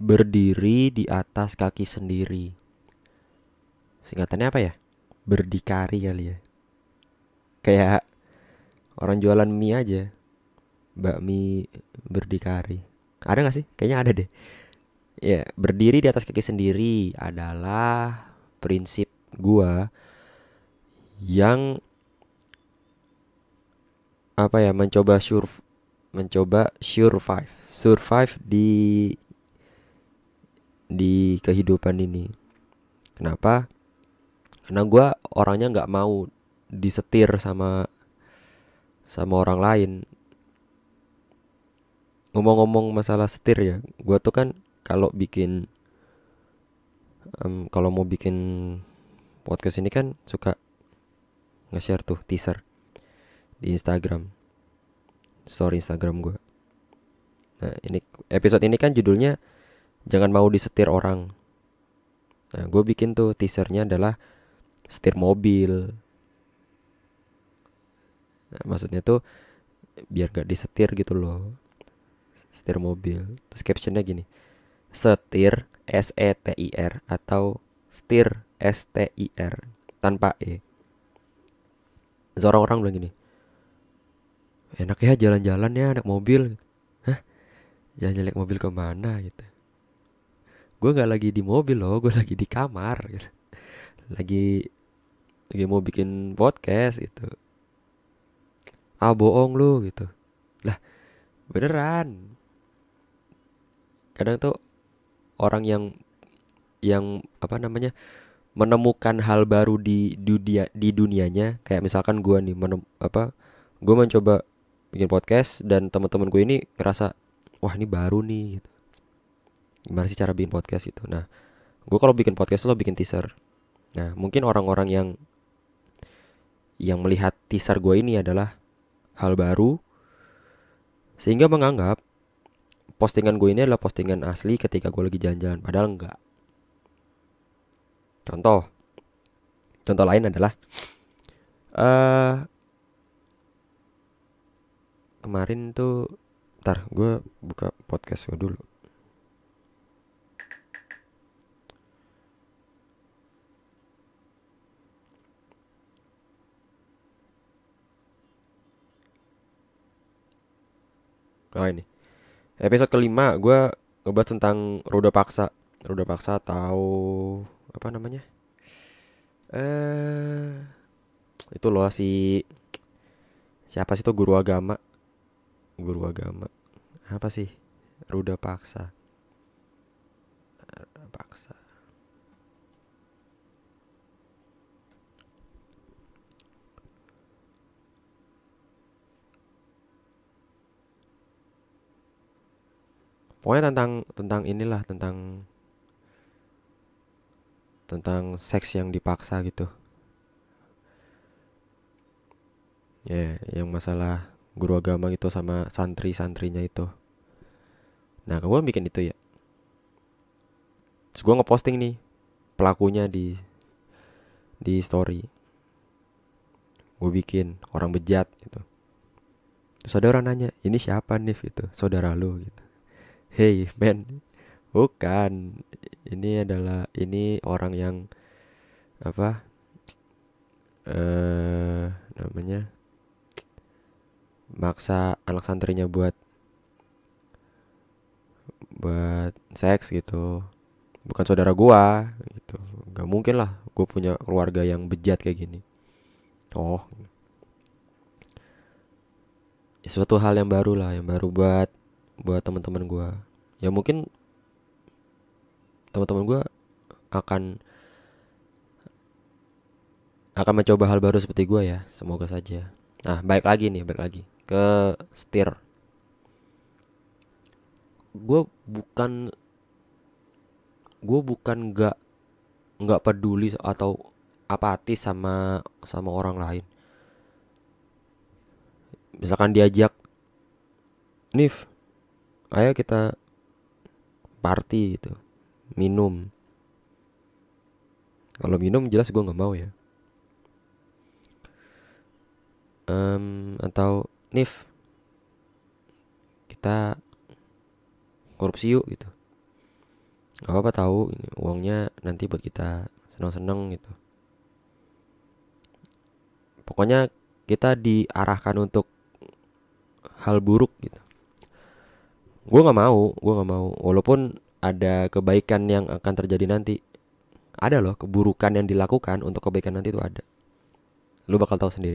Berdiri di atas kaki sendiri. Singkatannya apa ya? Berdikari kali ya. Kayak orang jualan mie aja. Bakmi berdikari. Ada gak sih? Kayaknya ada deh. Ya, berdiri di atas kaki sendiri adalah prinsip gua yang apa ya, mencoba survive di kehidupan ini. Kenapa? Karena gua orangnya nggak mau disetir sama sama orang lain. Ngomong-ngomong masalah setir ya, gua tuh kan kalau bikin kalau mau bikin podcast ini kan suka nge-share tuh teaser di Instagram, story Instagram gua. Nah, ini episode ini kan judulnya jangan mau disetir orang. Nah, gue bikin tuh teasernya adalah setir mobil. Nah, maksudnya tuh biar gak disetir gitu loh, setir mobil. Terus captionnya gini, setir SETIR atau setir STIR tanpa E. Seorang orang bilang gini, enak ya jalan-jalan ya naik mobil. Hah? Jalan-jalan naik mobil kemana gitu? Gue nggak lagi di mobil loh, gue lagi di kamar gitu. Lagi lagi mau bikin podcast gitu. Ah bohong lu gitu. Lah beneran. Kadang tuh orang yang apa namanya, menemukan hal baru di dunianya, kayak misalkan gue nih gue mencoba bikin podcast dan teman-teman gue ini ngerasa wah ini baru nih gitu. Gimana sih cara bikin podcast gitu. Nah, gue kalau bikin podcast lo bikin teaser. Nah, mungkin orang-orang yang melihat teaser gue ini adalah hal baru sehingga menganggap postingan gue ini adalah postingan asli ketika gue lagi jalan-jalan, padahal enggak. Contoh, contoh lain adalah eh kemarin tuh, ntar gue buka podcast gue dulu. Oh ini, episode kelima gue ngebahas tentang roda paksa. Roda paksa tahu apa namanya? Eh, itu loh siapa sih tuh guru agama? Guru agama. Apa sih? Roda paksa. Paksa. Pokoknya tentang inilah, tentang seks yang dipaksa gitu. Ya, yang masalah guru agama gitu sama santri-santrinya itu. Nah, gue bikin itu ya. Terus gue ngeposting nih pelakunya di story. Gue bikin orang bejat gitu. Terus ada orang nanya, ini siapa nih itu? Saudara lu gitu. Hey man, bukan. Ini orang yang apa? Namanya maksa anak santrinya buat buat seks gitu. Bukan saudara gua gitu. Gak mungkin lah gue punya keluarga yang bejat kayak gini. Oh, ya suatu hal yang baru lah, yang baru buat buat teman-teman gua. Ya mungkin teman-teman gua akan akan mencoba hal baru seperti gua ya. Semoga saja. Nah, baik lagi ke setir. Gue bukan gue bukan nggak peduli atau apatis sama sama orang lain. Misalkan diajak, Nif, ayo kita party gitu, minum. Kalau minum jelas gue nggak mau ya. Atau Nif, kita korupsi yuk gitu. Gak apa-apa tahu ini uangnya nanti buat kita senang-senang gitu. Pokoknya kita diarahkan untuk hal buruk gitu. Gue nggak mau walaupun ada kebaikan yang akan terjadi nanti. Ada loh keburukan yang dilakukan untuk kebaikan nanti itu ada. Lu bakal tahu sendiri.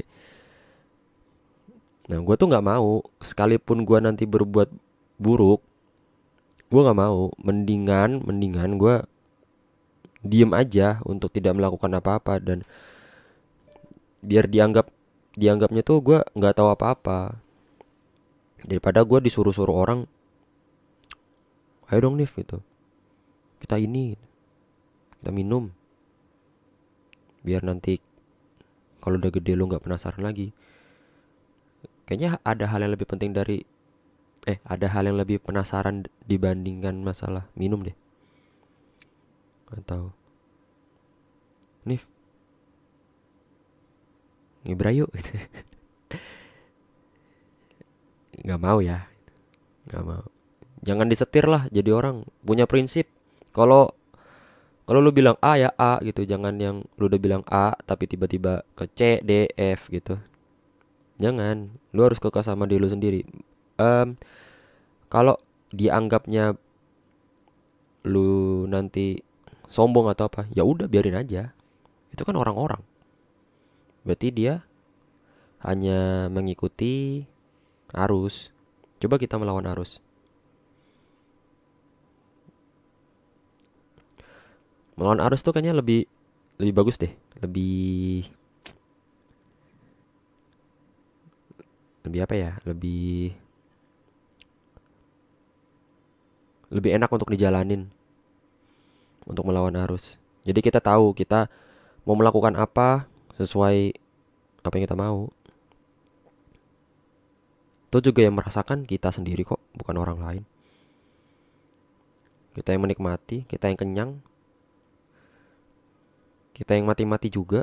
Nah, gue tuh nggak mau sekalipun gue nanti berbuat buruk, gue nggak mau. Mendingan gue diem aja untuk tidak melakukan apa-apa dan biar dianggapnya tuh gue nggak tahu apa-apa daripada gue disuruh-suruh orang, ayo dong Nif gitu, kita ini, kita minum, biar nanti kalau udah gede lu nggak penasaran lagi. Kayaknya ada hal yang lebih penasaran dibandingkan masalah minum deh. Atau Nif ngibra yuk. Nggak mau ya, nggak mau. Jangan disetir lah, jadi orang punya prinsip. Kalau kalau lu bilang A ya A gitu, jangan yang lu udah bilang A tapi tiba-tiba ke C D F gitu. Jangan, lu harus kekeh sama diri lu sendiri. Em, Kalau dianggapnya lu nanti sombong atau apa, ya udah biarin aja. Itu kan orang-orang. Berarti dia hanya mengikuti arus. Coba kita melawan arus. Melawan arus tuh kayaknya lebih lebih bagus deh. Lebih lebih apa ya? Lebih enak untuk dijalanin untuk melawan arus. Jadi kita tahu kita mau melakukan apa sesuai apa yang kita mau. Itu juga yang merasakan kita sendiri kok, bukan orang lain. Kita yang menikmati, kita yang kenyang, kita yang mati-mati juga.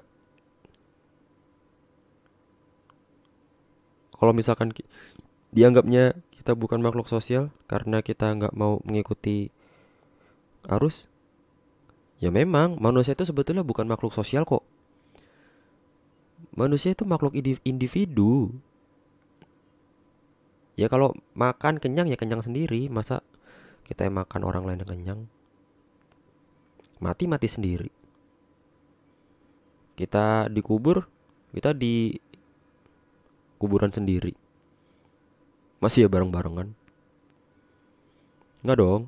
Kalau misalkan dianggapnya kita bukan makhluk sosial karena kita nggak mau mengikuti arus, ya memang manusia itu sebetulnya bukan makhluk sosial kok. Manusia itu makhluk individu. Ya kalau makan kenyang ya kenyang sendiri. Masa kita yang makan orang lain yang kenyang? Mati mati sendiri. Kita dikubur, kita di kuburan sendiri. Masih ya bareng-barengan? Nggak dong.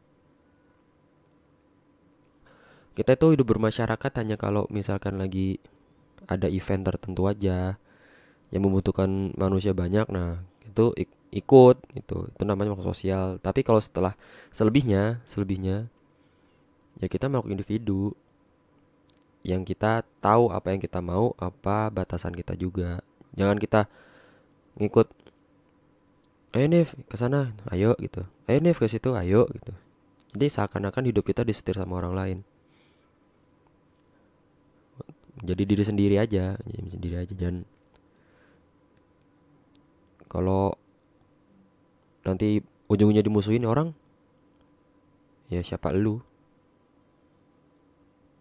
Kita itu hidup bermasyarakat hanya kalau misalkan lagi ada event tertentu aja yang membutuhkan manusia banyak. Nah, itu ikut itu namanya makhluk sosial. Tapi kalau setelah selebihnya ya kita makhluk individu yang kita tahu apa yang kita mau, apa batasan kita juga. Jangan kita ngikut, ayo Nif ke sana ayo gitu, ayo Nif ke situ ayo gitu. Jadi seakan-akan hidup kita disetir sama orang lain. Jadi diri sendiri aja, jadi sendiri aja. Dan kalau nanti ujung-ujungnya dimusuhin orang, ya siapa lu?